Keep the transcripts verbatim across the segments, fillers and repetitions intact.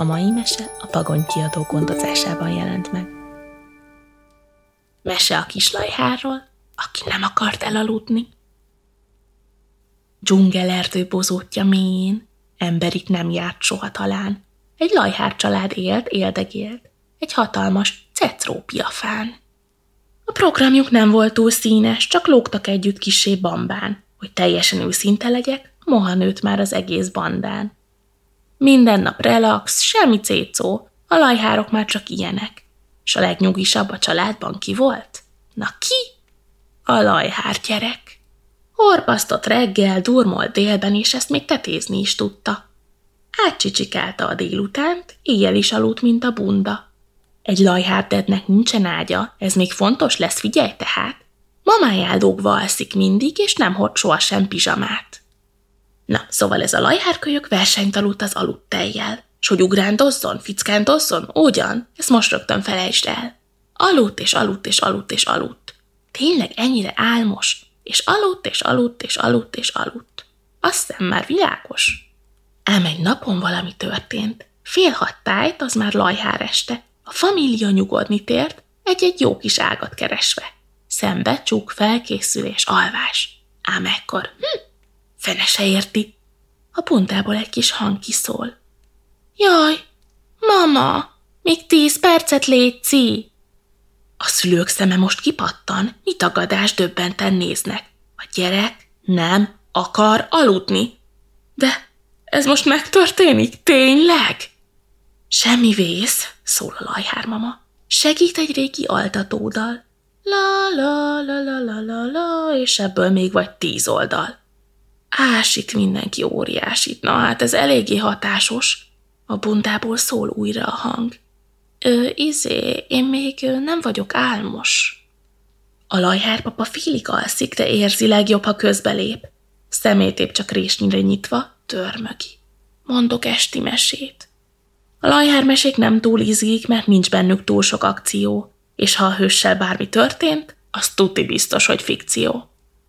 A mai mese a Pagony Kiadó gondozásában jelent meg. Mese a kislajhárról, aki nem akart elaludni. Dzsungelerdő bozótja mélyén, ember itt nem járt soha talán. Egy lajhár család élt, éldegélt, egy hatalmas cetrópiafán. A programjuk nem volt túl színes, csak lógtak együtt kissé bambán. Hogy teljesen őszinte legyek, moha nőtt már az egész bandán. Minden nap relax, semmi cécó, a lajhárok már csak ilyenek. S a legnyugisabb a családban ki volt? Na ki? A lajhár gyerek. Horpasztott reggel, durmolt délben, és ezt még tetézni is tudta. Átcsicsikálta a délutánt, éjjel is aludt, mint a bunda. Egy lajhárdednek nincsen ágya, ez még fontos lesz, figyelj tehát. Mamájál lógva alszik mindig, és nem hord sohasem pizsamát. Na, szóval ez a lajhárkölyök versenyt aludt az aludt tejjel. S hogy ugrándozzon, fickándozzon, ugyan, ezt most rögtön felejtsd el. Aludt és aludt és aludt és aludt. Tényleg ennyire álmos, és aludt és aludt és aludt és aludt. Azt hiszem már világos. Ám egy napon valami történt. Fél hat tájt, az már lajhár este. A família nyugodni tért, egy-egy jó kis ágat keresve. Szembe csuk, felkészülés, alvás. Ám ekkor, hm, fene se érti. A bundából egy kis hang kiszól. Jaj, mama, még tíz percet létszi. A szülők szeme most kipattan, mi tagadás döbbenten néznek. A gyerek nem akar aludni. De ez most megtörténik, tényleg? Semmi vész, szól a lajhármama. Segít egy régi altatódal. La la la la la la la, és ebből még vagy tíz oldal. Ásít mindenki óriásit, na hát ez eléggé hatásos. A bundából szól újra a hang. Ö, izé, én még nem vagyok álmos. A lajhárpapa félig alszik, de érzi legjobb, ha közbelép. Szemét épp csak résnyire nyitva, törmögi. Mondok esti mesét. A lajhármesék nem túl izgik, mert nincs bennük túl sok akció, és ha a hőssel bármi történt, az tuti biztos, hogy fikció.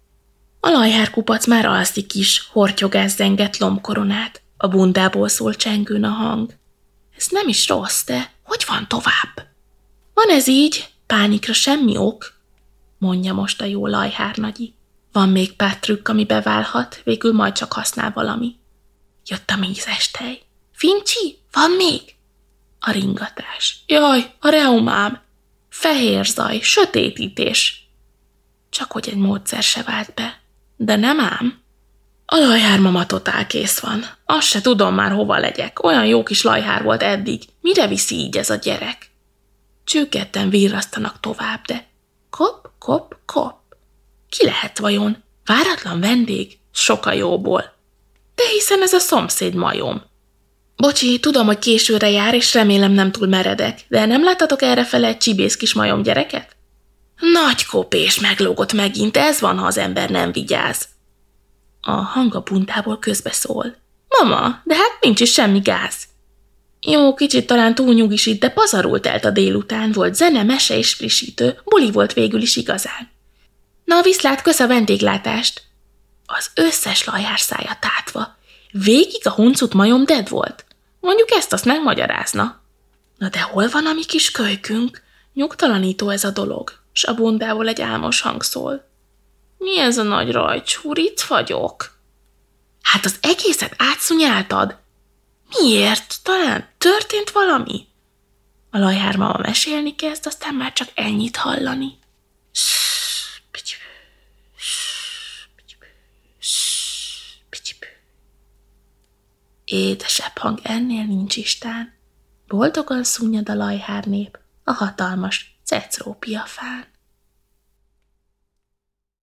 A lajhárkupac már alszik is, hortyogás zengett lombkoronát, a bundából szól csengőn a hang. Ez nem is rossz, de hogy van tovább? Van ez így, pánikra semmi ok, mondja most a jó lajhár nagyi. Van még pár trükk, ami beválhat, végül majd csak használ valami. Jött a mézes tej. Fincsi, van még? A ringatás. Jaj, a reumám. Fehér zaj, sötétítés. Csak hogy egy módszer se vált be. De nem ám. A lajhármama totál kész van. Azt se tudom már, hova legyek. Olyan jó kis lajhár volt eddig. Mire viszi így ez a gyerek? Csüggetten virrasztanak tovább, de kop, kop, kop. Ki lehet vajon? Váratlan vendég? Soka jóból. De hiszen ez a szomszéd majom. Bocsi, tudom, hogy későre jár, és remélem nem túl meredek, de nem láttatok errefele egy csibész kis majom gyereket? Nagy kopés meglógott megint, ez van, ha az ember nem vigyáz. A hang a bundából közbeszól. Mama, de hát nincs is semmi gáz. Jó, kicsit talán túl nyugis itt, de pazarul telt a délután, volt zene, mese és frissítő, buli volt végül is igazán. Na, viszlát, kösz a vendéglátást. Az összes lajhár szája tátva. Végig a huncut majom ded volt. Mondjuk ezt azt megmagyarázna. Na de hol van a mi kis kölykünk? Nyugtalanító ez a dolog, s a bundából egy álmos hang szól. Mi ez a nagy rajcsúr? Itt vagyok. Hát az egészet átszúnyáltad. Miért? Talán történt valami? A lajhármama mesélni kezd, aztán már csak ennyit hallani. Édesebb hang ennél nincs Istán. Boldogan szunnyad a lajhár nép a hatalmas cecrópiafán.